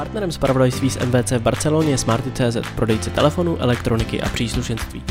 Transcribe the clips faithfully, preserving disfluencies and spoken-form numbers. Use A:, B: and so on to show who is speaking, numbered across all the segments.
A: Partnerem zpravodajství z M V C v Barceloně je Smarty tečka cé zet, prodejce telefonů, elektroniky a příslušenství.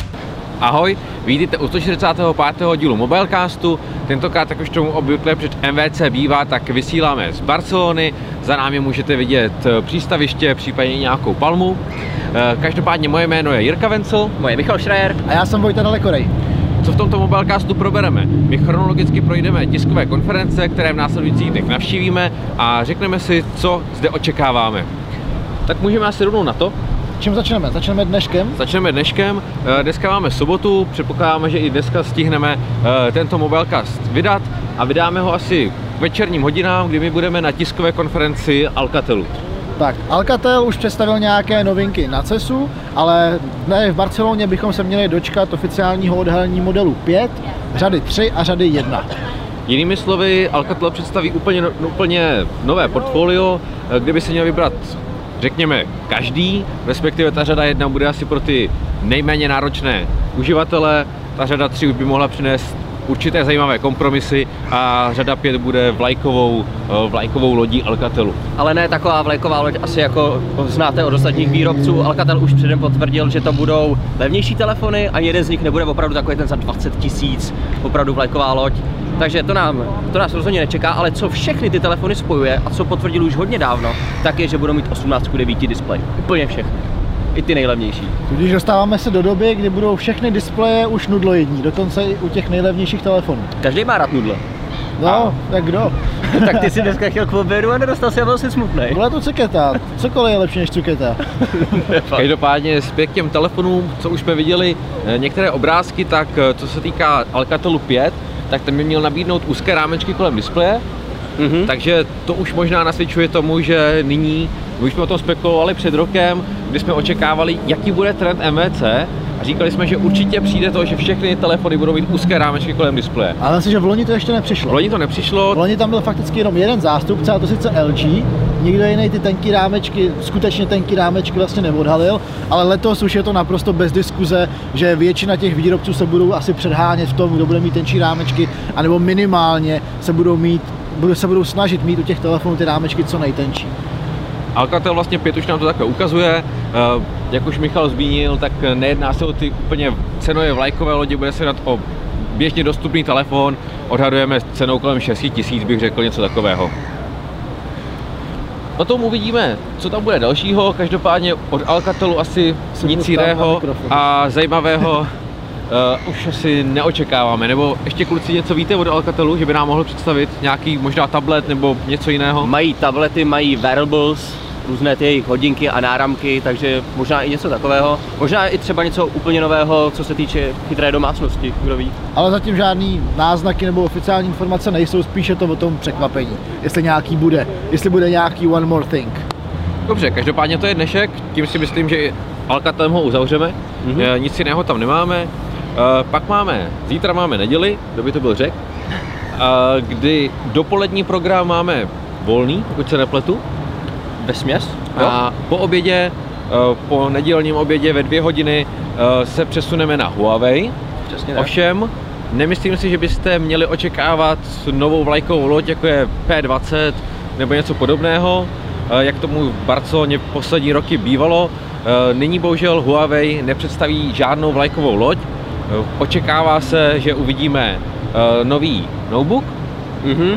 B: Ahoj, vítejte u sto čtyřicátého pátého dílu Mobilecastu. Tentokrát, jak už tomu obvykle před M V C bývá, tak vysíláme z Barcelony. Za námi můžete vidět přístaviště, případně nějakou palmu. Každopádně moje jméno je Jirka Vencel.
C: Moje Michal Schreier.
D: A já jsem Vojta Dalekorej.
B: Co v tomto Mobilecastu probereme? My chronologicky projdeme tiskové konference, které v následujících dnech navštívíme a řekneme si, co zde očekáváme. Tak můžeme asi rovnou na to.
D: Čím začneme? Začneme dneškem?
B: Začneme dneškem. Dneska máme sobotu, předpokládáme, že i dneska stihneme tento Mobilecast vydat a vydáme ho asi k večerním hodinám, kdy my budeme na tiskové konferenci Alcatelu.
D: Tak, Alcatel už představil nějaké novinky na cesu, ale v Barceloně bychom se měli dočkat oficiálního odhalení modelu pět, řady tři a řady jedna.
B: Jinými slovy, Alcatel představí úplně, úplně nové portfolio, kde by se měl vybrat, řekněme, každý, respektive ta řada jedna bude asi pro ty nejméně náročné uživatele, ta řada tři už by mohla přinést určité zajímavé kompromisy a řada pět bude vlajkovou, vlajkovou lodí Alcatelu.
C: Ale ne taková vlajková loď, asi jako znáte od ostatních výrobců. Alcatel už předem potvrdil, že to budou levnější telefony a jeden z nich nebude opravdu takový ten za dvacet tisíc, opravdu vlajková loď. Takže to, nám, to nás rozhodně nečeká, ale co všechny ty telefony spojuje a co potvrdil už hodně dávno, tak je, že budou mít osmnáct ku devíti displej. Úplně všechny. I ty nejlevnější.
D: Tudíž dostáváme se do doby, kdy budou všechny displeje už nudloidní, dokonce i u těch nejlevnějších telefonů.
C: Každý má rád nudle.
D: No, a... tak kdo?
C: Tak ty si dneska chtěl k obědu a nedostal si a byl si smutnej.
D: Byla to cuketa. Cokoliv je lepší než cuketa.
B: Každopádně zpět k těm telefonům, co už jsme viděli některé obrázky, tak co se týká Alcatelu pět, tak ten by měl nabídnout úzké rámečky kolem displeje. Mm-hmm. Takže to už možná nasvědčuje tomu, že nyní, my už jsme o tom spekulovali před rokem, kdy jsme očekávali, jaký bude trend M V C a říkali jsme, že určitě přijde to, že všechny telefony budou mít úzké rámečky kolem displeje.
D: Ale myslím, že v loni to ještě nepřišlo.
B: V loni to nepřišlo.
D: V loni tam byl fakticky jenom jeden zástupce, a to sice L G. Nikdo jiný ty tenký rámečky, skutečně tenký rámečky vlastně neodhalil, ale letos už je to naprosto bez diskuze, že většina těch výrobců se budou asi předhánět v tom, kdo bude mít tenčí rámečky, anebo minimálně se budou mít se budou snažit mít u těch telefonů ty rámečky co nejtenčí.
B: Alcatel vlastně pět už nám to takhle ukazuje, jak už Michal zmínil, tak nejedná se o ty úplně cenové vlajkové lodi, bude se jednat o běžně dostupný telefon, odhadujeme cenou kolem šest tisíc, bych řekl, něco takového. O tom uvidíme, co tam bude dalšího, každopádně od Alcatelu asi nic jiného a zajímavého Uh, už asi neočekáváme, nebo ještě kluci něco víte od Alcatelu, že by nám mohl představit nějaký možná tablet nebo něco jiného?
C: Mají tablety, mají wearables, různé ty jejich hodinky a náramky, takže možná i něco takového. Možná i třeba něco úplně nového, co se týče chytré domácnosti, kdo ví.
D: Ale zatím žádný náznaky nebo oficiální informace nejsou, spíše to o tom překvapení, jestli nějaký bude, jestli bude nějaký one more thing.
B: Dobře, každopádně to je dnešek, tím si myslím, že Alcatelem ho uzavřeme, mm-hmm. Nic jiného tam nemáme. Uh, pak máme, zítra máme neděli, kdo by to byl řekl, uh, kdy dopolední program máme volný, pokud se nepletu.
C: Vesměs.
B: A po obědě, uh, po nedělním obědě ve dvě hodiny uh, se přesuneme na Huawei.
C: Přesně tak.
B: Ovšem, nemyslím si, že byste měli očekávat novou vlajkovou loď, jako je P dvacet nebo něco podobného, uh, jak tomu v Barceloně poslední roky bývalo. Uh, nyní bohužel Huawei nepředstaví žádnou vlajkovou loď. Očekává se, že uvidíme uh, nový notebook,
C: mm-hmm.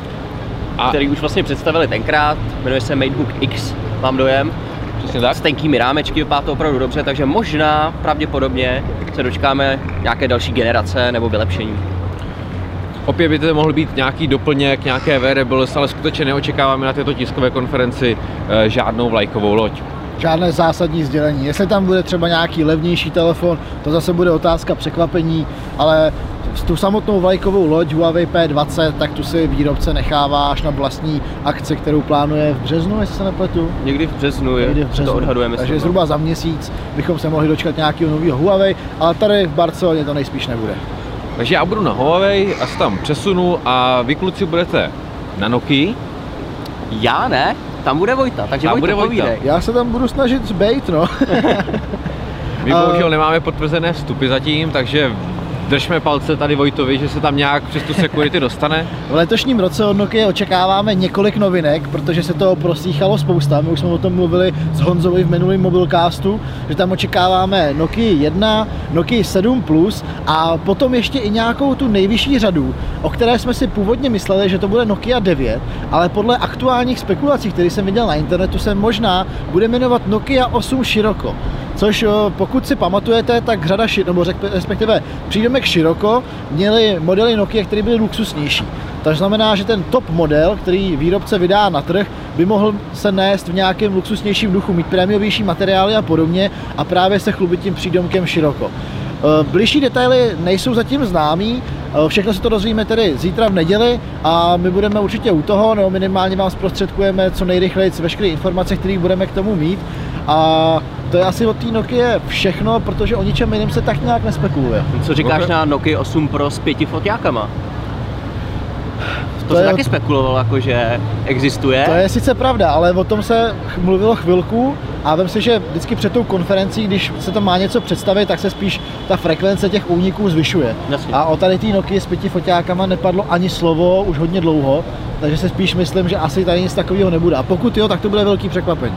C: a který už vlastně představili tenkrát, jmenuje se MateBook X, mám dojem.
B: Přesně tak.
C: S tenkými rámečky, vypadá to opravdu dobře, takže možná, pravděpodobně se dočkáme nějaké další generace nebo vylepšení.
B: Opět by to mohl být nějaký doplněk, nějaké wearables, ale skutečně neočekáváme na této tiskové konferenci uh, žádnou vlajkovou loď.
D: Žádné zásadní sdělení. Jestli tam bude třeba nějaký levnější telefon, to zase bude otázka překvapení, ale tu samotnou vlajkovou loď Huawei P dvacet, tak tu si výrobce nechává až na vlastní akci, kterou plánuje v březnu, jestli se nepletu.
C: Někdy v březnu, je, Někdy v březnu. To odhadujeme.
D: Takže zhruba za měsíc bychom se mohli dočkat nějakého nového Huawei, ale tady v Barceloně to nejspíš nebude.
B: Takže já budu na Huawei a se tam přesunu a vy kluci budete na Nokii.
C: Já ne, tam bude Vojta, takže
B: tam
C: Vojta,
B: bude Vojta.
C: Povídej.
D: Já se tam budu snažit zbejt, no.
B: My bohužel nemáme potvrzené vstupy zatím, takže držme palce tady Vojtovi, že se tam nějak přes tu security dostane.
D: V letošním roce od Nokia očekáváme několik novinek, protože se toho proslýchalo spousta. My už jsme o tom mluvili s Honzovi v minulém Mobilecastu, že tam očekáváme Nokia jedna, Nokia sedm plus a potom ještě i nějakou tu nejvyšší řadu, o které jsme si původně mysleli, že to bude Nokia devět, ale podle aktuálních spekulací, které jsem viděl na internetu, se možná bude jmenovat Nokia osm Široko. Což pokud si pamatujete, tak řada, nebo respektive přídomek Široko měli modely Nokia, které byly luxusnější. To znamená, že ten top model, který výrobce vydá na trh, by mohl se nést v nějakém luxusnějším duchu, mít prémiovější materiály a podobně a právě se chlubit tím přídomkem Široko. Bližší detaily nejsou zatím známý, všechno se to dozvíme tedy zítra v neděli a my budeme určitě u toho, nebo minimálně vám zprostředkujeme co nejrychleji veškeré informace, které budeme k tomu mít. A to je asi od té Nokia všechno, protože o ničem jiném se tak nějak nespekuluje.
C: Co říkáš na Nokia osm Pro s pěti foťákama? To, to se je, taky spekulovalo, jako, že existuje.
D: To je sice pravda, ale o tom se mluvilo chvilku a vím si, že vždycky před tou konferencí, když se tam má něco představit, tak se spíš ta frekvence těch úniků zvyšuje. Jasně. A o tady té Nokia s pěti foťákama nepadlo ani slovo už hodně dlouho, takže se spíš myslím, že asi tady nic takového nebude. A pokud jo, tak to bude velký překvapení.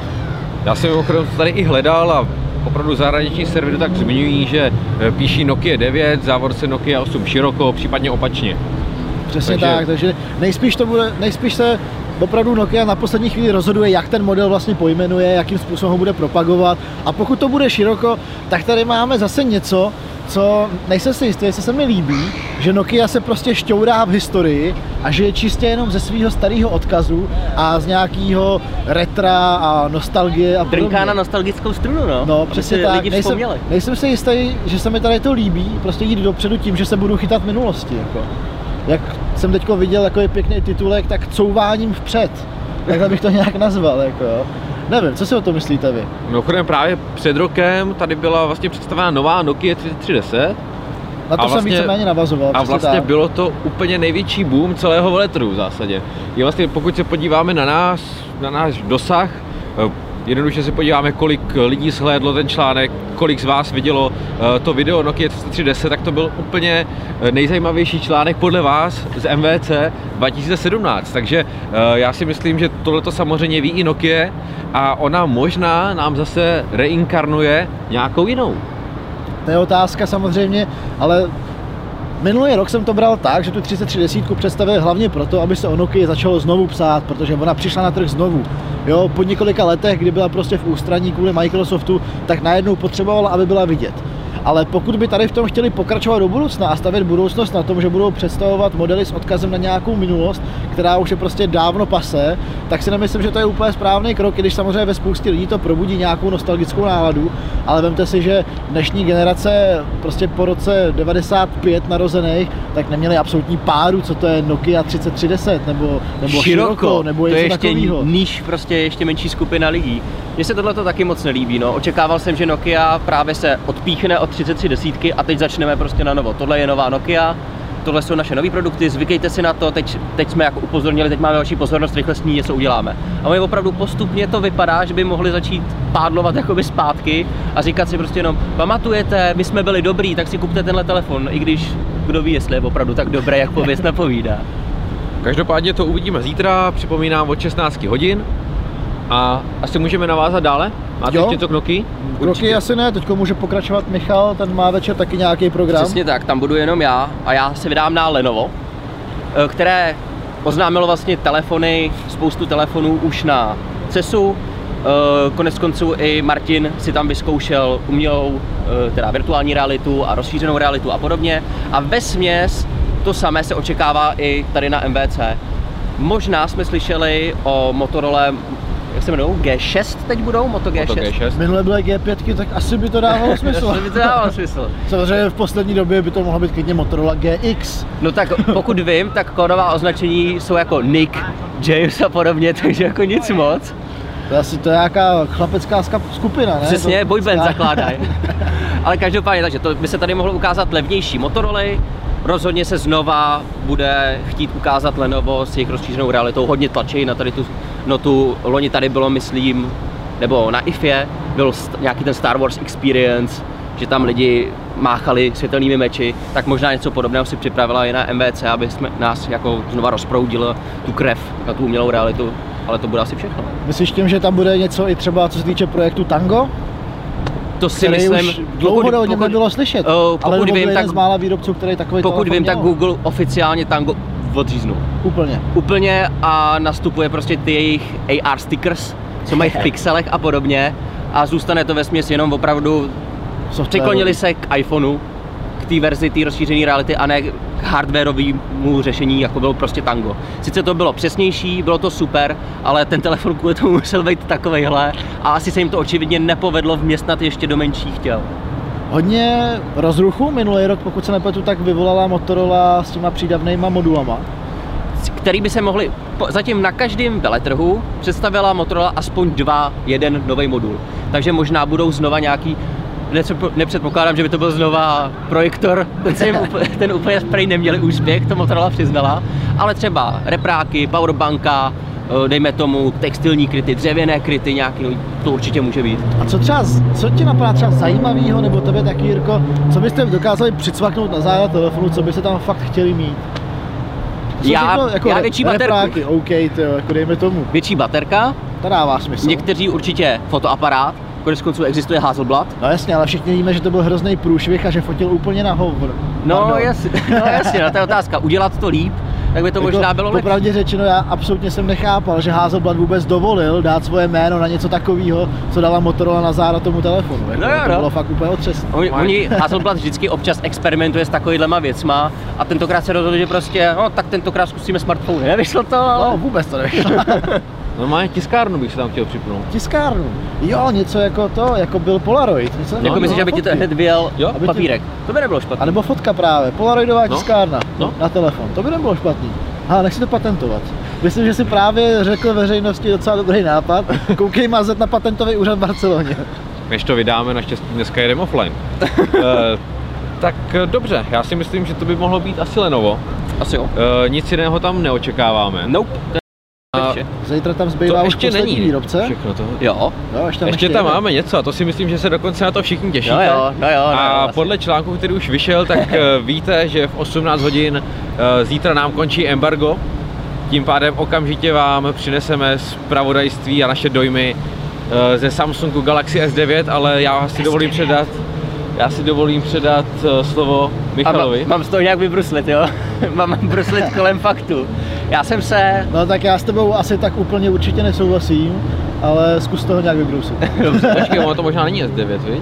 B: Já jsem mimochodem tady i hledal a opravdu zahraniční servery tak zmiňují, že píší Nokia devět, závorce Nokia osm Široko, případně opačně.
D: Přesně takže... tak, takže nejspíš to bude, nejspíš se opravdu Nokia na poslední chvíli rozhoduje, jak ten model vlastně pojmenuje, jakým způsobem ho bude propagovat a pokud to bude Široko, tak tady máme zase něco, co nejsem si jistý, jestli se mi líbí, že Nokia se prostě šťourá v historii a že je čistě jenom ze svého starého odkazu a z nějakého retra a nostalgie a podobně.
C: Drnká na nostalgickou strunu, no.
D: No, přesně tak. Nejsem, nejsem si jistý, že se mi tady to líbí, prostě jít dopředu tím, že se budu chytat minulosti, jako. Jak jsem teďko viděl, jako je pěkný titulek, tak couváním vpřed. Takhle bych to nějak nazval, jako jo. Nevím, co si o to myslíte vy?
B: Mimochodem právě před rokem tady byla vlastně představena nová Nokia třicet tři deset.
D: Na to jsem víceméně navazoval.
B: A vlastně tak. Bylo to úplně největší boom celého veletrhu v zásadě. Je vlastně, pokud se podíváme na nás, na náš dosah, jednoduše se podíváme, kolik lidí shlédlo ten článek, kolik z vás vidělo to video Nokia třicet tři deset, tak to byl úplně nejzajímavější článek podle vás z M V C dva tisíce sedmnáct. Takže já si myslím, že tohleto samozřejmě ví i Nokia a ona možná nám zase reinkarnuje nějakou jinou.
D: To je otázka samozřejmě, ale minulý rok jsem to bral tak, že tu třicet tři deset představili hlavně proto, aby se o Nokia začalo znovu psát, protože ona přišla na trh znovu. Jo, po několika letech, kdy byla prostě v ústraní kvůli Microsoftu, tak najednou potřebovala, aby byla vidět. Ale pokud by tady v tom chtěli pokračovat do budoucna a stavět budoucnost na tom, že budou představovat modely s odkazem na nějakou minulost, která už je prostě dávno pasé, tak si nemyslím, že to je úplně správný krok, i když samozřejmě ve spoustě lidí to probudí nějakou nostalgickou náladu, ale vemte si, že dnešní generace prostě po roce devadesát pět narozených, tak neměli absolutní páru, co to je Nokia třicet tři deset nebo, nebo
C: Široko,
D: Široko, nebo
C: to
D: něco
C: je ještě
D: takovýho.
C: níž, prostě ještě menší skupina lidí. Mně se tohle taky moc nelíbí, no. Očekával jsem, že Nokia právě se odpíchne od třicet tři desítky a teď začneme prostě na novo. Tohle je nová Nokia, tohle jsou naše nové produkty, zvykejte si na to, teď, teď jsme jako upozornili, teď máme další pozornost, rychle s ní něco uděláme. A my opravdu postupně to vypadá, že by mohli začít pádlovat jakoby zpátky a říkat si prostě jenom, pamatujete, my jsme byli dobrý, tak si kupte tenhle telefon, i když kdo ví, jestli je opravdu tak dobré, jak pověst napovídá.
B: Každopádně to uvidíme zítra, připomínám od šestnáct hodin. A asi můžeme navázat dále? Máte jo? ještě to k Nokii?
D: K Nokii asi ne, teďko může pokračovat Michal, ten má večer taky nějaký program.
C: Přesně tak, tam budu jenom já a já se vydám na Lenovo, které oznámilo vlastně telefony, spoustu telefonů už na CESu. Konec konců i Martin si tam vyzkoušel umělou, teda virtuální realitu a rozšířenou realitu a podobně. A vesměs to samé se očekává i tady na M V C. Možná jsme slyšeli o Motorola, jak se jmenují, G šest teď budou, Moto G šest.
B: Moto G šest.
D: Minule byly G pět, tak asi by to dávalo smysl.
C: Asi by to dávalo smysl.
D: Samozřejmě v poslední době by to mohlo být klidně Motorola G X.
C: No tak pokud vím, tak kódová označení jsou jako Nick, James a podobně, takže jako nic moc.
D: To je asi to je nějaká chlapecká skupina, ne?
C: Přesně, boyband zakládají. Ale každopádně, takže to by se tady mohlo ukázat levnější Motorola. Rozhodně se znova bude chtít ukázat Lenovo s jejich rozšířenou realitou. Hodně tlačí na tady tu notu. Loni tady bylo, myslím, nebo na I F E byl nějaký ten Star Wars Experience, že tam lidi máchali světelnými meči, tak možná něco podobného si připravila i na M V C, aby jsme nás jako znova rozproudilo tu krev na tu umělou realitu, ale to bude asi všechno.
D: Myslíš tím, že tam bude něco i třeba co se týče projektu Tango?
C: To si myslím,
D: už dlouho o něm nebylo slyšet, uh, ale
C: pokud vím, tak
D: z mála výrobců, který takový
C: pokud vím,
D: měl.
C: tak Google oficiálně Tango odříznul.
D: Úplně.
C: Úplně a nastupuje prostě ty jejich A R stickers, co mají v pixelech a podobně a zůstane to vesměs jenom opravdu, přiklonili se k iPhoneu, k té verzi té rozšířené reality a ne k hardwarovému řešení, jako bylo prostě Tango. Sice to bylo přesnější, bylo to super, ale ten telefon kvůli tomu musel být takovejhle a asi se jim to očividně nepovedlo vměstnat ještě do menších těl.
D: Hodně rozruchu minulý rok, pokud se nepletu, tak vyvolala Motorola s těma přídavnejma modulama.
C: Který by se mohli, zatím na každém veletrhu představila Motorola aspoň dva, jeden nový modul. Takže možná budou znova nějaký, nepředpokládám, že by to byl znova projektor, ten, se jim, ten úplně prej neměli úspěch, to Motorola přiznala, ale třeba repráky, powerbanka, dejme tomu textilní kryty, dřevěné kryty nějaký, no, to určitě může být.
D: A co třeba, co tě napadá třeba zajímavého, nebo tebe taky, Jirko, co byste dokázali přicvaknout na záda telefonu, co byste tam fakt chtěli mít? Co
C: já,
D: řekl, jako
C: já větší baterku.
D: Repráky, OK, tyjo, jako dejme tomu.
C: Větší baterka.
D: To dává smysl.
C: Někteří určitě fotoaparát, konec konců existuje Hasselblad.
D: No jasně, ale všichni víme, že to byl hrozný průšvih a že fotil úplně na hovor.
C: No jasně, no jasně, no, to je otázka, udělat to líp, tak by to
D: jako,
C: možná bylo lepší.
D: Popravdě řečeno, já absolutně jsem nechápal, že Hasselblad vůbec dovolil dát svoje jméno na něco takového, co dala Motorola na záda tomu telefonu. Jako,
C: no, jo,
D: to
C: no.
D: bylo fakt úplně otřesné.
C: Oni, oni Hasselblad vždycky občas experimentuje s takovýhlema věcma a tentokrát se rozhodli, že prostě, no tak tentokrát zkusíme smartphone. Nevyšlo to, ale...
D: No vůbec to nevyšlo.
B: Normálně tiskárnu bych se tam chtěl připnout.
D: Tiskárnu? Jo, něco jako to, jako byl Polaroid. Něco,
C: jako no, myslíš,
D: no,
C: aby ti to hned vyjel
B: jo,
C: papírek? Tě... To by nebylo špatný.
D: A nebo fotka právě, Polaroidová
B: no.
D: tiskárna
B: no.
D: na telefon, to by nebylo špatný. Aha, nechci to patentovat. Myslím, že si právě řekl veřejnosti docela dobrý nápad. Koukej mazet na patentový úřad v Barceloně.
B: Než to vydáme, naštěstí dneska jedeme offline. e, tak dobře, já si myslím, že to by mohlo být asi Lenovo.
C: Asi jo.
B: E, nic jiného tam neočekáváme.
C: Nope.
B: A
D: zítra tam zbývá
B: to
D: už
B: ještě
D: poslední
B: není
D: výrobce.
B: Všechno to.
C: Jo.
D: jo ještě tam,
B: ještě
D: ještě
B: tam
D: jede.
B: máme něco a to si myslím, že se dokonce na to všichni těšíte.
C: No jo, no jo, no
B: a
C: jo,
B: podle článku, který už vyšel, tak víte, že v osmnáct hodin zítra nám končí embargo. Tím pádem okamžitě vám přineseme zpravodajství a naše dojmy ze Samsungu Galaxy S devět, ale já si dovolím předat Já si dovolím předat uh, slovo Michalovi.
C: Mám, mám z toho nějak vybruslit, jo? Mám bruslit kolem faktu. Já jsem se...
D: No tak já s tebou asi tak úplně určitě nesouhlasím, ale zkus toho nějak vybrusit.
B: Dobře, počkej, ono to možná není S devět, viď?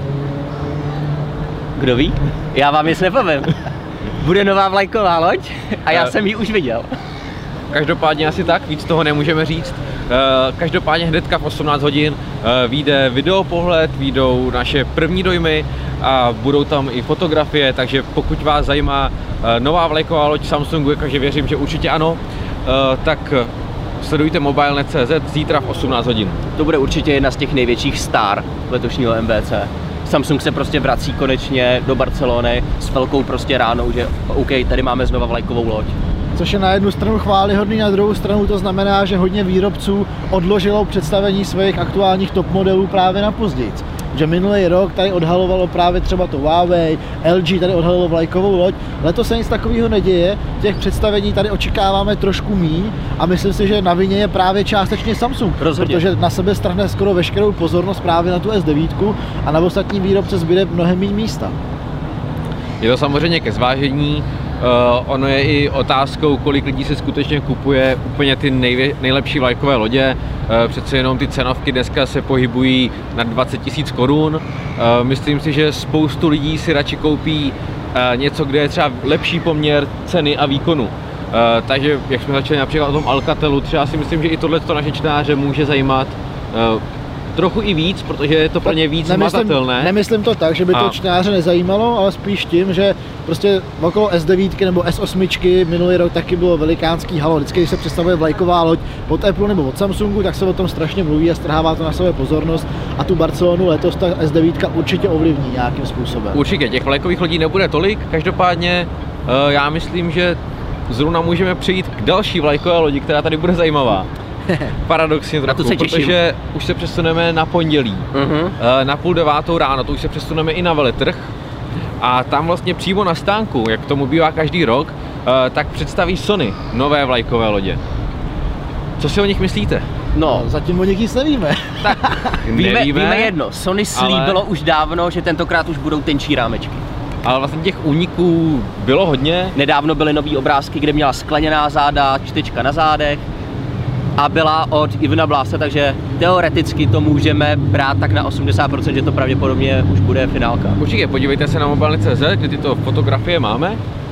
C: Kdo ví? Já vám nic nepovím. Bude nová vlajková loď a já jsem ji už viděl.
B: Každopádně asi tak, víc toho nemůžeme říct. Každopádně hnedka v osmnáct hodin vyjde videopohled, vyjdou naše první dojmy a budou tam i fotografie, takže pokud vás zajímá nová vlajková loď Samsungu, takže věřím, že určitě ano, tak sledujte mobile tečka net tečka cé zet zítra v osmnáct hodin.
C: To bude určitě jedna z těch největších star letošního M V C. Samsung se prostě vrací konečně do Barcelony s velkou prostě ránou, že OK, tady máme znova vlajkovou loď.
D: Což je na jednu stranu chvályhodný, na druhou stranu to znamená, že hodně výrobců odložilo představení svých aktuálních top modelů právě na později. Že minulý rok tady odhalovalo právě třeba to Huawei, L G tady odhalilo vlajkovou loď. Letos se nic takového neděje, těch představení tady očekáváme trošku míň a myslím si, že na vině je právě částečně Samsung,
C: Rozhodně.
D: Protože na sebe strhne skoro veškerou pozornost právě na tu S devět a na ostatní výrobce zbyde mnohem méně místa.
B: Je to samozřejmě ke zvážení. Uh, ono je i otázkou, kolik lidí se skutečně kupuje úplně ty nejvě, nejlepší vlajkové lodě. Uh, přece jenom ty cenovky dneska se pohybují na dvacet tisíc korun. Uh, myslím si, že spoustu lidí si radši koupí uh, něco, kde je třeba lepší poměr ceny a výkonu. Uh, takže jak jsme začali například o tom Alcatelu, třeba si myslím, že i tohleto naše čtenáře může zajímat. Uh, Trochu i víc, protože je to pro ně víc hmatatelné.
D: Nemyslím to tak, že by to
B: a...
D: čtenáře nezajímalo, ale spíš tím, že prostě okolo S devět nebo S osm minulý rok taky bylo velikánský halo. Vždycky, když se představuje vlajková loď od Apple nebo od Samsungu, tak se o tom strašně mluví a strhává to na sebe pozornost. A tu Barcelonu letos ta S devět určitě ovlivní nějakým způsobem.
B: Určitě, těch vlajkových lodí nebude tolik, každopádně uh, já myslím, že zrovna můžeme přejít k další vlajkové lodi, která tady bude zajímavá. Paradoxně trochu,
C: se
B: protože už se přesuneme na pondělí, uh-huh. na půl devátou ráno, to už se přesuneme i na veletrh A tam vlastně přímo na stánku, jak tomu bývá každý rok, tak představí Sony nové vlajkové lodě. Co si o nich myslíte?
C: No,
D: zatím o nich nic nevíme.
B: Tak,
C: víme, víme jedno, Sony slíbilo ale... už dávno, že tentokrát už budou tenčí rámečky.
B: Ale vlastně těch úniků bylo hodně.
C: Nedávno byly nový obrázky, kde měla skleněná záda, čtečka na zádech a byla od Ivana Blase, takže teoreticky to můžeme brát tak na osmdesát procent, že to pravděpodobně už bude finálka.
B: Určitě, podívejte se na mobilní tečka cé zet, kde tyto fotografie máme.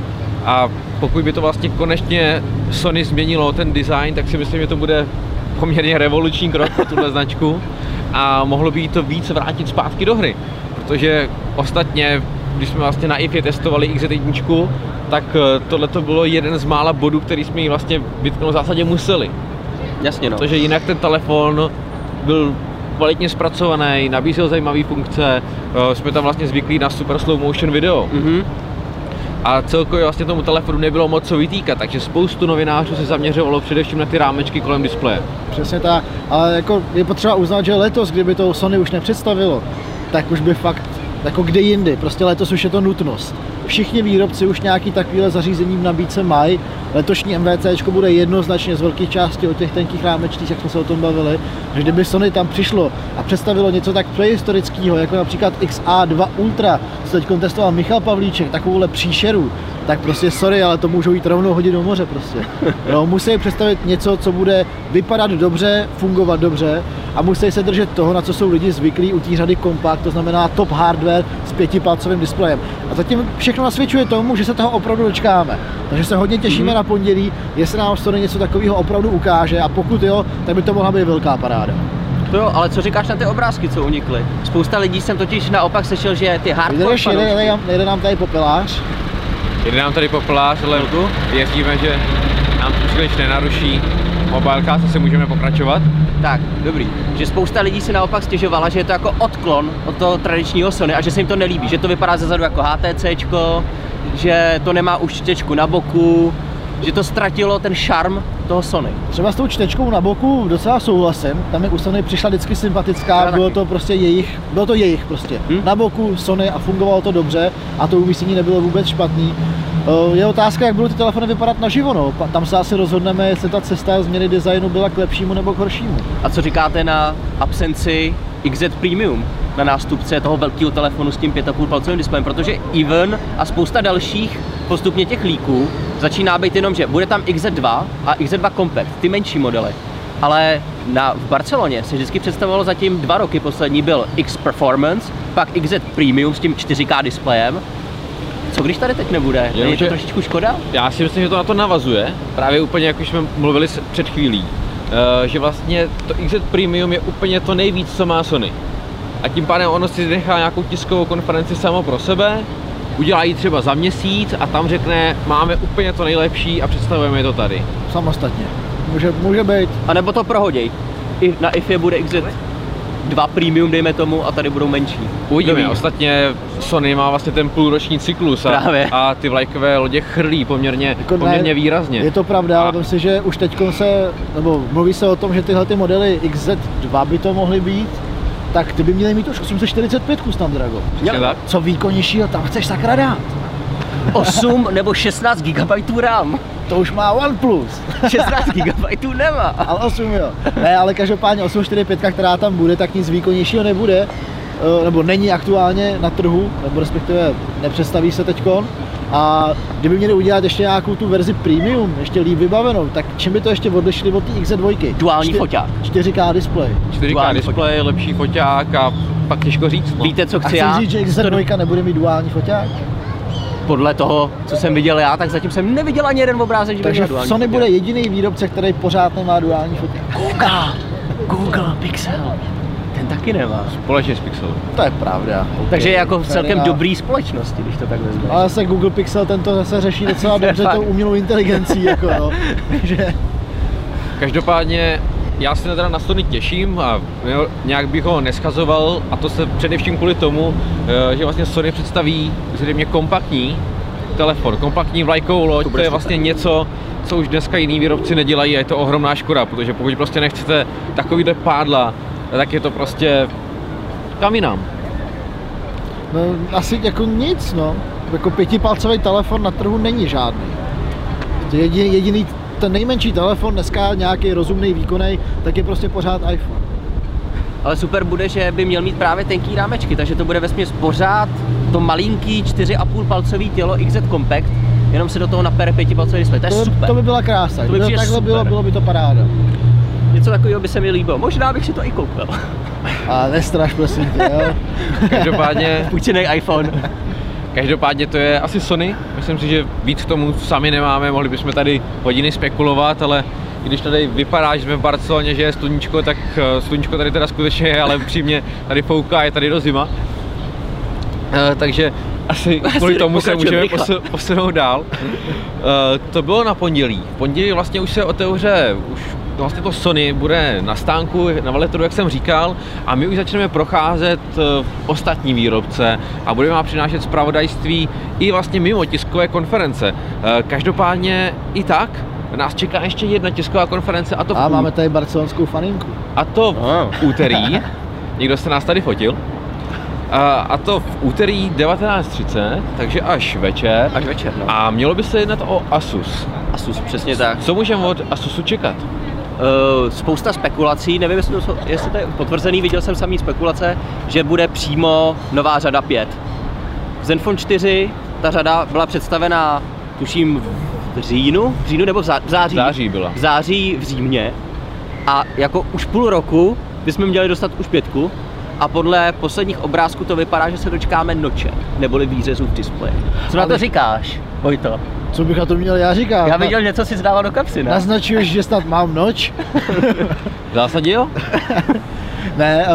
B: A pokud by to vlastně konečně Sony změnilo ten design, tak si myslím, že to bude poměrně revoluční krok pro tuhle značku a mohlo by jí to víc vrátit zpátky do hry. Protože ostatně, když jsme vlastně na I F E testovali X Z jedna, tak tohle to bylo jeden z mála bodů, který jsme jí vlastně vytknout v zásadě museli.
C: Jasně, no.
B: Protože jinak ten telefon byl kvalitně zpracovaný, nabízel zajímavé funkce, jsme tam vlastně zvyklí na super slow motion video. Mm-hmm. A celkově vlastně tomu telefonu nebylo moc co vytýkat, takže spoustu novinářů se zaměřovalo především na ty rámečky kolem displeje.
D: Přesně tak, ale jako je potřeba uznat, že letos, kdyby to Sony už nepředstavilo, tak už by fakt jako kde jindy, prostě letos už je to nutnost. Všichni výrobci už nějaký takovýhle zařízení v nabídce mají. Letošní M V C bude jednoznačně z velké části o těch tenkých rámečcích, jak jsme se o tom bavili, že kdyby Sony tam přišlo a představilo něco tak prehistorického, jako například X A dva Ultra, co teď testoval Michal Pavlíček, takovouhle příšeru, tak prostě sorry, ale to můžou jít rovnou hodit do moře prostě. No, musí představit něco, co bude vypadat dobře, fungovat dobře a musí se držet toho, na co jsou lidi zvyklí u té řady kompakt, to znamená top hardware s pětipalcovým displejem. A zatím všechno nasvědčuje tomu, že se toho opravdu dočkáme. Takže se hodně těšíme mm-hmm. na pondělí, jestli nám Sony něco takového opravdu ukáže a pokud jo, tak by to mohla být velká paráda.
C: To jo, ale co říkáš na ty obrázky, co unikly? Spousta lidí jsem totiž naopak slyšel, že ty hardcore
D: fanoušky... Jde, jde, jde nám tady popelář.
B: Jde nám tady popelář, ale věříme, že nám to příliš nenaruší mobilka, co si můžeme pokračovat.
C: Tak, dobrý. Že spousta lidí si naopak stěžovala, že je to jako odklon od toho tradičního Sony a že se jim to nelíbí, že to vypadá zezadu jako HTCčko, že to nemá už čtečku na boku, že to ztratilo ten šarm toho Sony.
D: Třeba s tou čtečkou na boku docela souhlasím, tam mi u Sony přišla vždycky sympatická, bylo to prostě jejich, bylo to jejich prostě. Hmm? Na boku Sony a fungovalo to dobře a to umístění nebylo vůbec špatný. Je otázka, jak budou ty telefony vypadat naživo, no. Tam se asi rozhodneme, jestli ta cesta změny designu byla k lepšímu nebo k horšímu.
C: A co říkáte na absenci X Z Premium, na nástupce toho velkého telefonu s tím pět a půl palcovým displejem, protože Even a spousta dalších postupně těch líků začíná být jenom, že bude tam X Z dva a X Z dva Compact, ty menší modely. Ale na, v Barceloně se vždycky představovalo zatím dva roky, poslední byl X Performance, pak X Z Premium s tím čtyři ká displejem. Co když tady teď nebude?
B: Jenom,
C: je to trošičku škoda?
B: Já si myslím, že to na to navazuje, právě úplně jak už jsme mluvili před chvílí, uh, že vlastně to X Z Premium je úplně to nejvíc, co má Sony. A tím pádem ono si nechá nějakou tiskovou konferenci samo pro sebe, udělá ji třeba za měsíc a tam řekne, máme úplně to nejlepší a představujeme to tady.
D: Samostatně. Může, může být.
C: A nebo to prohoděj. I na I F E bude X Z dva Premium, dejme tomu, a tady budou menší.
B: Uvidíme, Dobrý. Ostatně Sony má vlastně ten půlroční cyklus a, a ty vlajkové lodě chrlí poměrně, jako poměrně ne, výrazně.
D: Je to pravda, ale myslím si, že už teď se, nebo mluví se o tom, že tyhle ty modely X Z dva by to mohly být, tak ty by měly mít už osm set čtyřicet pět Snapdragon. Co výkonnějšího tam chceš sakra dát?
C: osm nebo šestnáct gigabajtů RAM.
D: To už má OnePlus.
C: šestnáct gigabajtů nemá.
D: Ale osm jo. Ne, ale každopádně osm set čtyřicet pět, která tam bude, tak nic výkonnějšího nebude. Nebo není aktuálně na trhu, nebo respektive nepředstaví se teďkon. A kdyby měli udělat ještě nějakou tu verzi premium, ještě líp vybavenou, tak čím by to ještě odlišili od té X Z dva?
C: Duální Čty- foťák.
D: čtyři ká displej.
B: čtyři ká displej, lepší foťák a pak těžko říct. No.
C: Víte, co chci
D: já?
C: A
D: chci říct, že X Z dva nebude mít duální foťák?
C: Podle toho, co jsem viděl já, tak zatím jsem neviděl ani jeden obrázek, že by měl duální
D: Sony
C: foťák.
D: bude jediný výrobce, který pořád nemá duální foťák.
C: Google! Google Pixel. Ten taky nemá.
B: Společně s Pixelem.
D: To je pravda.
C: Takže je jako v celkem dobrý společnosti, když to tak vezmeš.
D: Ale zase Google Pixel tento zase řeší docela dobře tou umělou inteligencí, jako jo. Takže...
B: Každopádně já se teda na Sony těším a nějak bych ho neschazoval, a to se především kvůli tomu, že vlastně Sony představí zřejmě kompaktní telefon, kompaktní vlajkovou loď, to je vlastně něco, co už dneska jiní výrobci nedělají a je to ohromná škoda, protože pokud prostě nechcete takovýhle pádla, tak je to prostě kam jinam.
D: No, asi jako nic, no. Jako pětipalcový telefon na trhu není žádný. Jediný, jediný, ten nejmenší telefon dneska nějaký rozumný, výkonný, tak je prostě pořád iPhone.
C: Ale super bude, že by měl mít právě tenký rámečky, takže to bude vesměs pořád to malinký čtyři a půl palcový tělo X Z Compact, jenom se do toho napere pětipalcový displej, to je
D: to,
C: super.
D: To by byla krása,
C: to by
D: kdyby to takhle
C: super.
D: bylo, bylo by to paráda.
C: Něco takového by se mi líbilo, možná bych si to i koupil.
D: A nestraš, prosím tě, jo.
B: Každopádně,
C: Půjčenej iPhone.
B: každopádně to je asi Sony, myslím si, že víc k tomu sami nemáme, mohli bychom tady hodiny spekulovat, ale i když tady vypadá, že jsme v Barceloně, že je sluníčko, tak sluníčko tady teda skutečně je, ale přímě tady fouká, je tady dozima. Uh, takže asi kvůli tomu se můžeme posunout dál. Uh, to bylo na pondělí. V pondělí vlastně už se otevře, už vlastně to Sony bude na stánku, na veletoru, jak jsem říkal, a my už začneme procházet uh, ostatní výrobce a budeme vám přinášet zpravodajství i vlastně mimo tiskové konference. Uh, každopádně i tak nás čeká ještě jedna tisková konference a to v
D: A máme tady barcelonskou faninku.
B: A to v úterý. Někdo se nás tady fotil. A, a to v úterý devatenáct třicet, takže až večer.
C: Až večer, no.
B: A mělo by se jednat o Asus.
C: Asus, přesně tak.
B: Co můžeme od Asusu čekat?
C: Uh, spousta spekulací, nevím, jestli to, jestli to je potvrzený, viděl jsem samý spekulace, že bude přímo nová řada pět. Zenfone čtyři, ta řada byla představená, tuším, v říjnu, v říjnu nebo v září?
B: V září byla.
C: V září v Římě. A jako už půl roku bychom měli dostat už pětku. A podle posledních obrázků to vypadá, že se dočkáme noče, neboli výřezů v displeji. Co na to říkáš, Vojto?
D: Co bych na to měl já říkat?
C: Já viděl, něco si zdával do kapsy, ne?
D: Naznačuješ, že snad mám noč?
B: V zásadě jo?
D: Ne,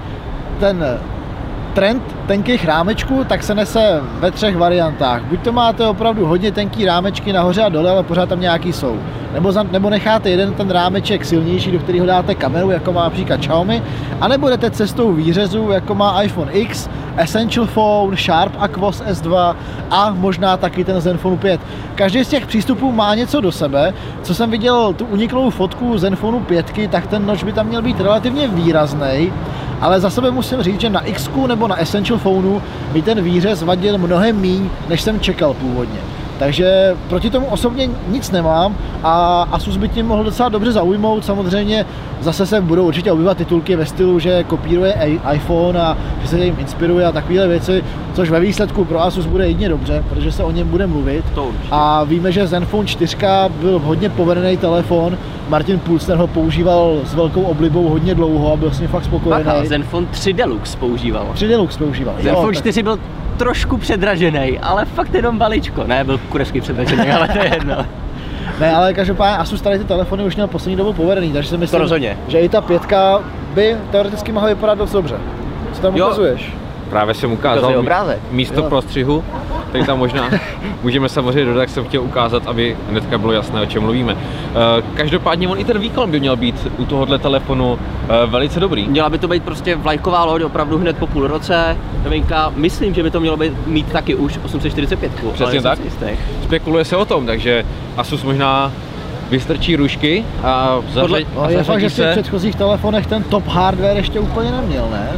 D: ten trend tenkých rámečků tak se nese ve třech variantách. Buď to máte opravdu hodně tenký rámečky nahoře a dole, ale pořád tam nějaký jsou. Nebo, za, nebo necháte jeden ten rámeček silnější, do kterého dáte kameru, jako má například Xiaomi, a nebo jdete cestou výřezu, jako má iPhone X, Essential Phone, Sharp Aquos S dva a možná taky ten Zenfone pět. Každý z těch přístupů má něco do sebe. Co jsem viděl tu uniklou fotku Zenfonu pět, tak ten noč by tam měl být relativně výrazný. Ale za sebe musím říct, že na X nebo na Essential Phoneu mi ten výřez vadil mnohem míň, než jsem čekal původně. Takže proti tomu osobně nic nemám a Asus by tím mohl docela dobře zaujmout. Samozřejmě zase se budou určitě objevat titulky ve stylu, že kopíruje iPhone a že se jim inspiruje a takovéhle věci, což ve výsledku pro Asus bude jedině dobře, protože se o něm bude mluvit.
C: To
D: a víme, že Zenfone čtyři byl hodně povedený telefon. Martin Pulsner ho používal s velkou oblibou hodně dlouho a byl s ním fakt spokojený.
C: Bacha, Zenfone tři Deluxe používal.
D: tři Deluxe používal.
C: Zenfone čtyři byl trošku předražený, ale fakt jenom balíčko. Ne, byl kurevsky předražený, ale to je jedno.
D: Ne, ale každopádně Asus tady ty telefony už měl poslední dobu povedený, takže si myslím, že i ta pětka by teoreticky mohla vypadat dost dobře. Co tam
C: jo.
D: ukazuješ?
B: Právě jsem ukázal
C: obrázek.
B: místo
D: jo.
B: prostřihu, který tam možná můžeme samozřejmě dodat, jak jsem chtěl ukázat, aby hnedka bylo jasné, o čem mluvíme. Každopádně on i ten výkon by měl být u tohohle telefonu velice dobrý.
C: Měla by to být prostě vlajková loď opravdu hned po půl roce. Novinka, myslím, že by to mělo být, mít taky už osm set čtyřicet pět.
B: Přesně tak. Spekuluje se o tom, takže Asus možná vystrčí rušky a zařadí
D: no, je fakt, že v těch předchozích telefonech ten top hardware ještě úplně neměl, ne?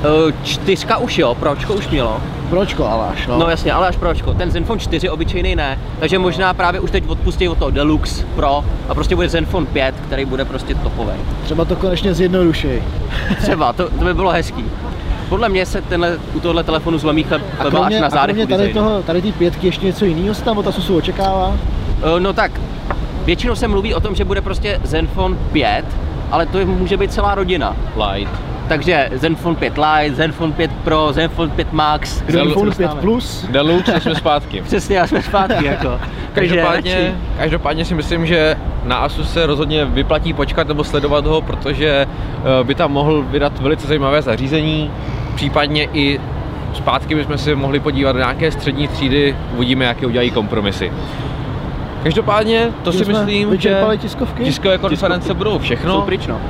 C: Čtyřka už jo, Pročko už mělo.
D: Pročko, ale až, no.
C: No jasně, ale až Pročko. Ten Zenfone čtyři obyčejný ne. Takže možná právě už teď odpustí od toho Deluxe Pro a prostě bude Zenfone pět, který bude prostě topový.
D: Třeba to konečně zjednoduší.
C: Třeba, to, to by bylo hezký. Podle mě se tenhle, u tohohle telefonu zlomí chleba až na zádech.
D: A kromě tady, toho, tady ty pětky ještě něco jiného se tam od Asusu očekává?
C: No tak, většinou se mluví o tom, že bude prostě Zenfone pět, ale to může být celá rodina.
B: Light.
C: Takže Zenfone pět Lite, Zenfone pět Pro, Zenfone pět Max,
D: Zenfone pět Plus.
B: Deluxe, jsme zpátky.
C: Přesně, a jsme zpátky jako.
B: Každopádně, každopádně si myslím, že na Asus se rozhodně vyplatí počkat nebo sledovat ho, protože by tam mohl vydat velice zajímavé zařízení, případně i zpátky bychom si mohli podívat do nějaké střední třídy, uvidíme, jaké udělají kompromisy. Každopádně to si myslím, že
D: tiskovky?
B: tiskové konference
C: tiskovky.
B: budou všechno.
C: Jsou pryč, no.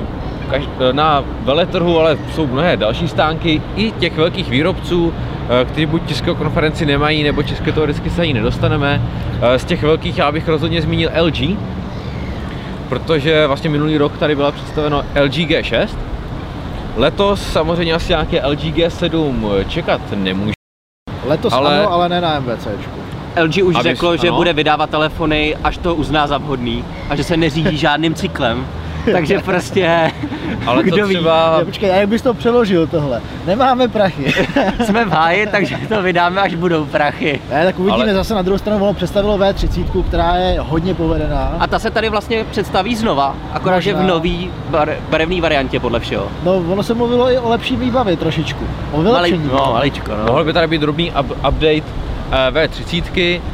B: Na veletrhu ale jsou mnohé další stánky i těch velkých výrobců, kteří buď tiskovou konferenci nemají, nebo české teoreticky se ani nedostaneme. Z těch velkých já bych rozhodně zmínil L G, protože vlastně minulý rok tady byla představeno L G G šest letos samozřejmě asi nějaké L G G sedm čekat nemůže.
D: Letos
B: ale...
D: ano, ale ne na MVCčku.
C: L G už
B: Abys,
C: řeklo,
B: ano?
C: že bude vydávat telefony, až to uzná za vhodný a že se neřídí žádným cyklem. Takže prostě,
B: ale
C: kdo
B: to třeba...
D: ví. Počkej, a jak bys to přeložil tohle? Nemáme prachy.
C: Jsme v háji, takže to vydáme, až budou prachy.
D: Ne, tak uvidíme
B: ale...
D: zase na druhou stranu, ono představilo V třicet, která je hodně povedená.
C: A ta se tady vlastně představí znova, akorát že v nový bar, barevný variantě podle všeho.
D: No, ono se mluvilo i o lepší výbavě trošičku. O vylepšení.
C: Malý, no, maličko, no.
B: Mohl by tady být drobný up, update uh, V třicet.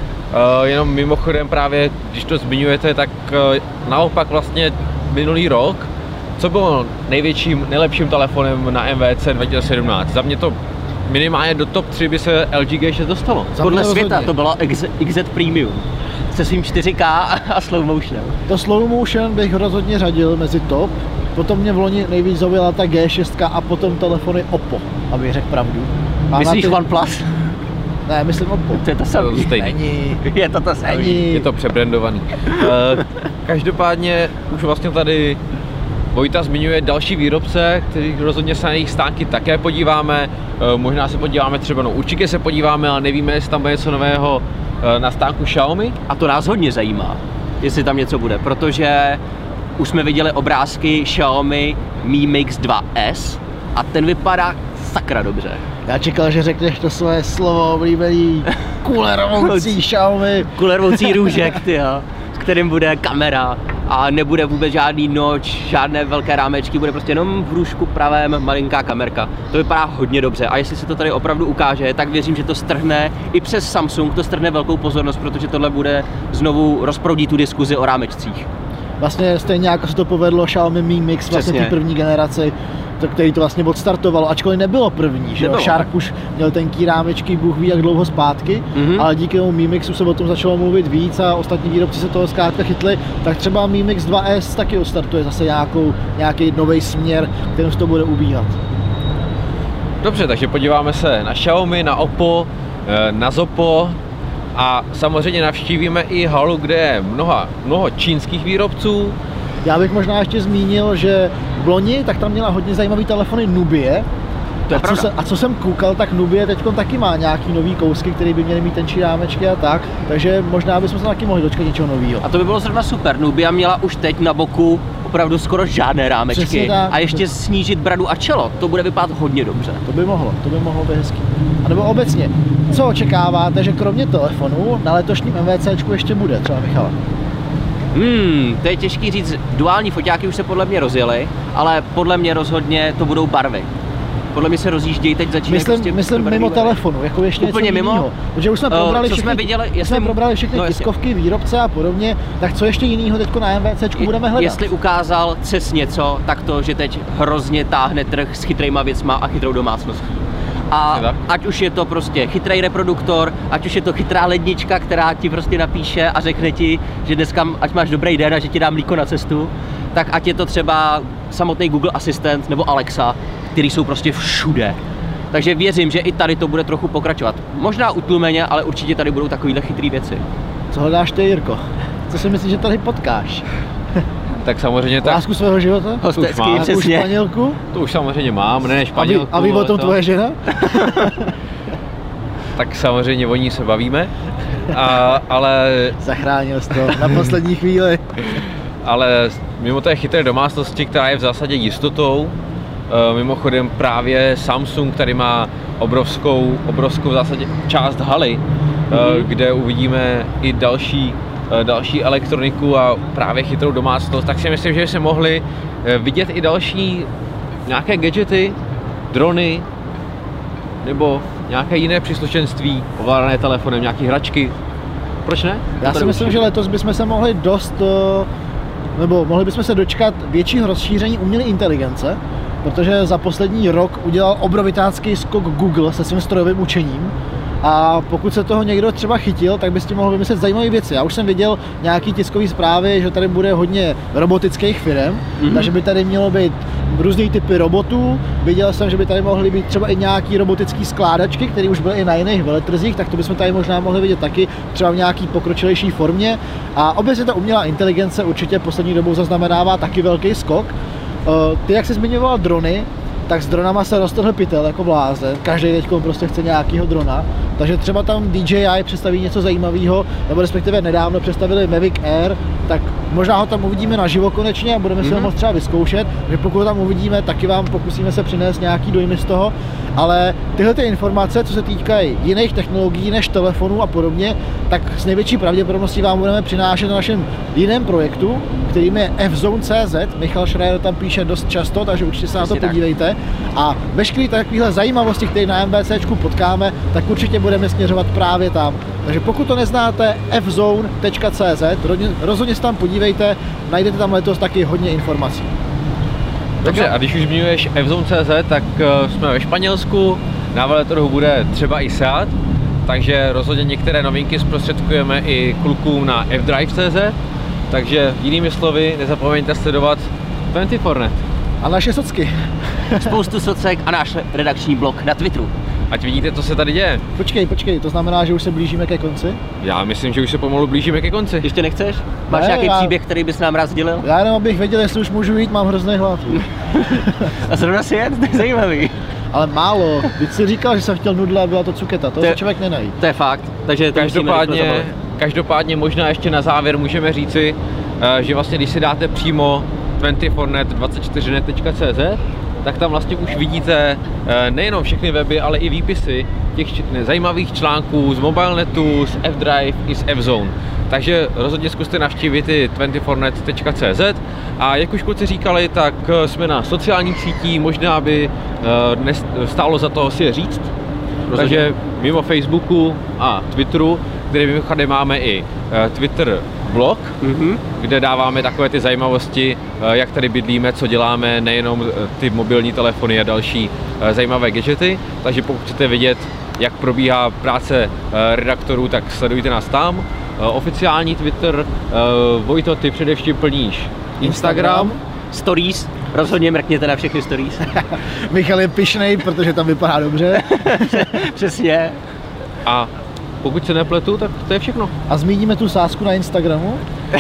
B: Uh, jenom mimochodem právě, když to zmiňujete, tak uh, naopak vlastně minulý rok, co bylo největším, nejlepším telefonem na M V C dva tisíce sedmnáct? Za mě to minimálně do top tři by se L G G šest dostalo.
C: Podle světa to bylo X Z Premium se svým čtyři K a slow motionem.
D: To slow motion bych rozhodně řadil mezi top. Potom mě v loni nejvíc zaujala ta G šest a potom telefony Oppo, abych řekl pravdu. A
C: myslíš
D: ty...
C: OnePlus?
D: Ne, myslím Oppo.
C: To je to samé.
D: Není.
C: Je to to samé.
B: Je to přebrandovaný. Uh, každopádně už vlastně tady Vojta zmiňuje další výrobce, který rozhodně se na jejich stánky také podíváme. Uh, možná se podíváme třeba, no určitě se podíváme, ale nevíme, jestli tam bude něco nového uh, na stánku Xiaomi.
C: A to nás hodně zajímá, jestli tam něco bude, protože už jsme viděli obrázky Xiaomi Mi Mix dva S a ten vypadá sakra dobře.
D: Já čekal, že řekneš to svoje slovo oblíbený kulerovoucí Xiaomi.
C: Kulerovoucí růžek, tyjo, s kterým bude kamera a nebude vůbec žádný noč, žádné velké rámečky, bude prostě jenom v růžku pravém malinká kamerka. To vypadá hodně dobře a jestli se to tady opravdu ukáže, tak věřím, že to strhne i přes Samsung, to strhne velkou pozornost, protože tohle bude znovu rozproudit tu diskuzi o rámečcích.
D: Vlastně stejně jako se to povedlo Xiaomi Mi Mix vlastně té první generaci, který to vlastně odstartovalo, ačkoliv nebylo první, že jo? Sharp už měl tenký rámečky, Bůh ví jak dlouho zpátky, mm-hmm. ale díky tomu Mi Mixu se o tom začalo mluvit víc a ostatní výrobci se toho zkrátka chytli, tak třeba Mi Mix dva S taky odstartuje zase nějakou, nějaký nový směr, kterým se to bude ubíhat.
B: Dobře, takže podíváme se na Xiaomi, na Oppo, na Zoppo a samozřejmě navštívíme i halu, kde je mnoha, mnoho čínských výrobců.
D: Já bych možná ještě zmínil, že v loni tak tam měla hodně zajímavý telefony Nubie.
C: To je
D: a, co se, a co jsem koukal, tak Nubie teď taky má nějaký nový kousky, které by měly mít tenčí rámečky a tak, takže možná bychom se taky mohli dočkat něčeho nového.
C: A to by bylo zrovna super. Nubia měla už teď na boku opravdu skoro žádné rámečky a ještě snížit bradu a čelo, to bude vypadat hodně dobře.
D: To by mohlo, to by mohlo být hezký. A nebo obecně, co očekáváte, že kromě telefonu na letošním MVCčku ještě bude, třeba Michala?
C: Hmm, to je těžký říct, duální foťáky už se podle mě rozjeli, ale podle mě rozhodně to budou barvy. Podle mě se rozjíždějí, teď začínají
D: myslím,
C: prostě
D: myslím mimo telefonu, jako ještě
C: úplně
D: něco
C: mimo.
D: Protože už jsme probrali
C: uh,
D: všechny,
C: jsme viděli, jestli
D: jsme probrali všechny
C: no,
D: tiskovky, výrobce a podobně, tak co ještě jinýho teďko na MVCčku budeme hledat?
C: Jestli ukázal CES něco, tak to, že teď hrozně táhne trh s chytrýma věcma a chytrou domácností. A ať už je to prostě chytrý reproduktor, ať už je to chytrá lednička, která ti prostě napíše a řekne ti, že dneska ať máš dobrý den a že ti dá mlíko na cestu, tak ať je to třeba samotný Google Asistent nebo Alexa, který jsou prostě všude. Takže věřím, že i tady to bude trochu pokračovat. Možná utlumeně, ale určitě tady budou takovýhle chytrý věci.
D: Co hledáš ty, Jirko? Co si myslíš, že tady potkáš?
B: Tak samozřejmě tak.
D: Lásku svého života?
C: Hostecký,
D: přesně.
C: přesně.
D: Španělku?
B: To už samozřejmě mám, ne Španělku.
D: A ví o tom
B: to...
D: tvoje žena?
B: Tak samozřejmě o ní se bavíme, a, ale...
D: Zachránil jsi to na poslední chvíli.
B: Ale mimo té chytré domácnosti, která je v zásadě jistotou, mimochodem právě Samsung tady má obrovskou, obrovskou v zásadě část haly, mm-hmm. kde uvidíme i další, další elektroniku a právě chytrou domácnost, tak si myslím, že by se mohli vidět i další nějaké gadgety, drony nebo nějaké jiné příslušenství ovládané telefonem, nějaké hračky. Proč ne?
D: Já si myslím, že letos bychom se mohli dost, nebo mohli bychom se dočkat většího rozšíření umělé inteligence, protože za poslední rok udělal obrovitánský skok Google se svým strojovým učením. A pokud se toho někdo třeba chytil, tak by s tím mohl vymyslet zajímavé věci. Já už jsem viděl nějaký tiskový zprávy, že tady bude hodně robotických firm, mm-hmm. takže by tady mělo být různý typy robotů. Viděl jsem, že by tady mohly být třeba i nějaký robotický skládačky, které už byly i na jiných veletrzích, tak to bychom tady možná mohli vidět taky třeba v nějaký pokročilejší formě. A obecně ta umělá inteligence určitě poslední dobou zaznamenává taky velký skok. Ty, jak jsi zmiňoval drony, tak s dronama se roztrhl pytel jako blázen. Každý teď prostě chce nějakýho drona. Takže třeba tam D J I představí něco zajímavého, nebo respektive nedávno představili Mavic Air, tak možná ho tam uvidíme naživo konečně a budeme si mm-hmm. ho moct třeba vyzkoušet, že pokud ho tam uvidíme, taky vám pokusíme se přinést nějaký dojmy z toho, ale tyhle ty informace, co se týkají jiných technologií než telefonů a podobně, tak s největší pravděpodobností vám budeme přinášet na našem jiném projektu, kterým je F Zone tečka cé zet. Michal Schreier tam píše dost často, takže určitě se na to podívejte. A veškeré takovéhle zajímavosti, které na MVCčku potkáme, tak určitě budeme směřovat právě tam. Takže pokud to neznáte, F Zone tečka cé zet, rozhodně se tam podívejte, najdete tam letos taky hodně informací.
B: Dobře, a když už zmiňuješ F Zone tečka cé zet, tak uh, jsme ve Španělsku, na veletrhu bude třeba i Seat, takže rozhodně některé novinky zprostředkujeme i klukům na F Drive tečka cé zet, takže jinými slovy nezapomeňte sledovat dvacet čtyři net.
D: A naše socky.
C: Spoustu socek a náš redakční blog na Twitteru.
B: Ať vidíte, co se tady děje.
D: Počkej, počkej, to znamená, že už se blížíme ke konci?
B: Já myslím, že už se pomalu blížíme ke konci.
C: Ještě nechceš? Máš
D: ne,
C: nějaký
D: já...
C: příběh, který bys nám rád sdělil?
D: Já jenom abych věděl, jestli už můžu jít, mám hrozný hlad.
C: A zrovna si jet, to je zajímavý.
D: Ale málo, když jsi říkal, že jsem chtěl nudle a byla to cuketa, to, to se člověk nenají.
C: To je fakt, takže to
B: každopádně, každopádně možná ještě na závěr můžeme říci, že vlastně když si dáte přímo dvacet čtyři net dvacet čtyři net tečka cé zet, tak tam vlastně už vidíte nejenom všechny weby, ale i výpisy těch zajímavých článků z MobileNetu, z F Drive i z F Zone. Takže rozhodně zkuste navštívit i dvacet čtyři net tečka cé zet a jak už kluci říkali, tak jsme na sociálních sítích, možná by stálo za to si je říct. Rozhodně. Takže mimo Facebooku a Twitteru, kde mimochodem máme i Twitter blog, mm-hmm. kde dáváme takové ty zajímavosti, jak tady bydlíme, co děláme, nejenom ty mobilní telefony a další zajímavé gadgety. Takže pokud chcete vidět, jak probíhá práce redaktorů, tak sledujte nás tam. Oficiální Twitter, Vojto, ty především plníš Instagram.
C: Stories, rozhodně mrkněte na všechny stories.
D: Michal je pyšnej, protože tam vypadá dobře.
C: Přesně.
B: A pokud se nepletu, tak to je všechno.
D: A zmíníme tu sázku na Instagramu?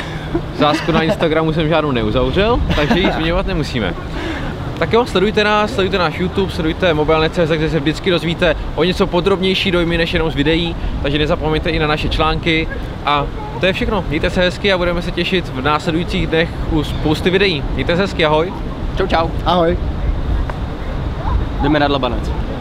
B: Sázku na Instagramu jsem žádnou neuzavřel, takže ji zmiňovat nemusíme. Tak jo, sledujte nás, sledujte náš YouTube, sledujte MobileNet tečka cé zet, kde se vždycky dozvíte o něco podrobnější dojmy než jenom z videí, takže nezapomeňte i na naše články a to je všechno. Mějte se hezky a budeme se těšit v následujících dnech u spousty videí. Mějte se hezky, ahoj.
C: Čau, čau.
D: Ahoj.
C: Jdeme na Dlabanec.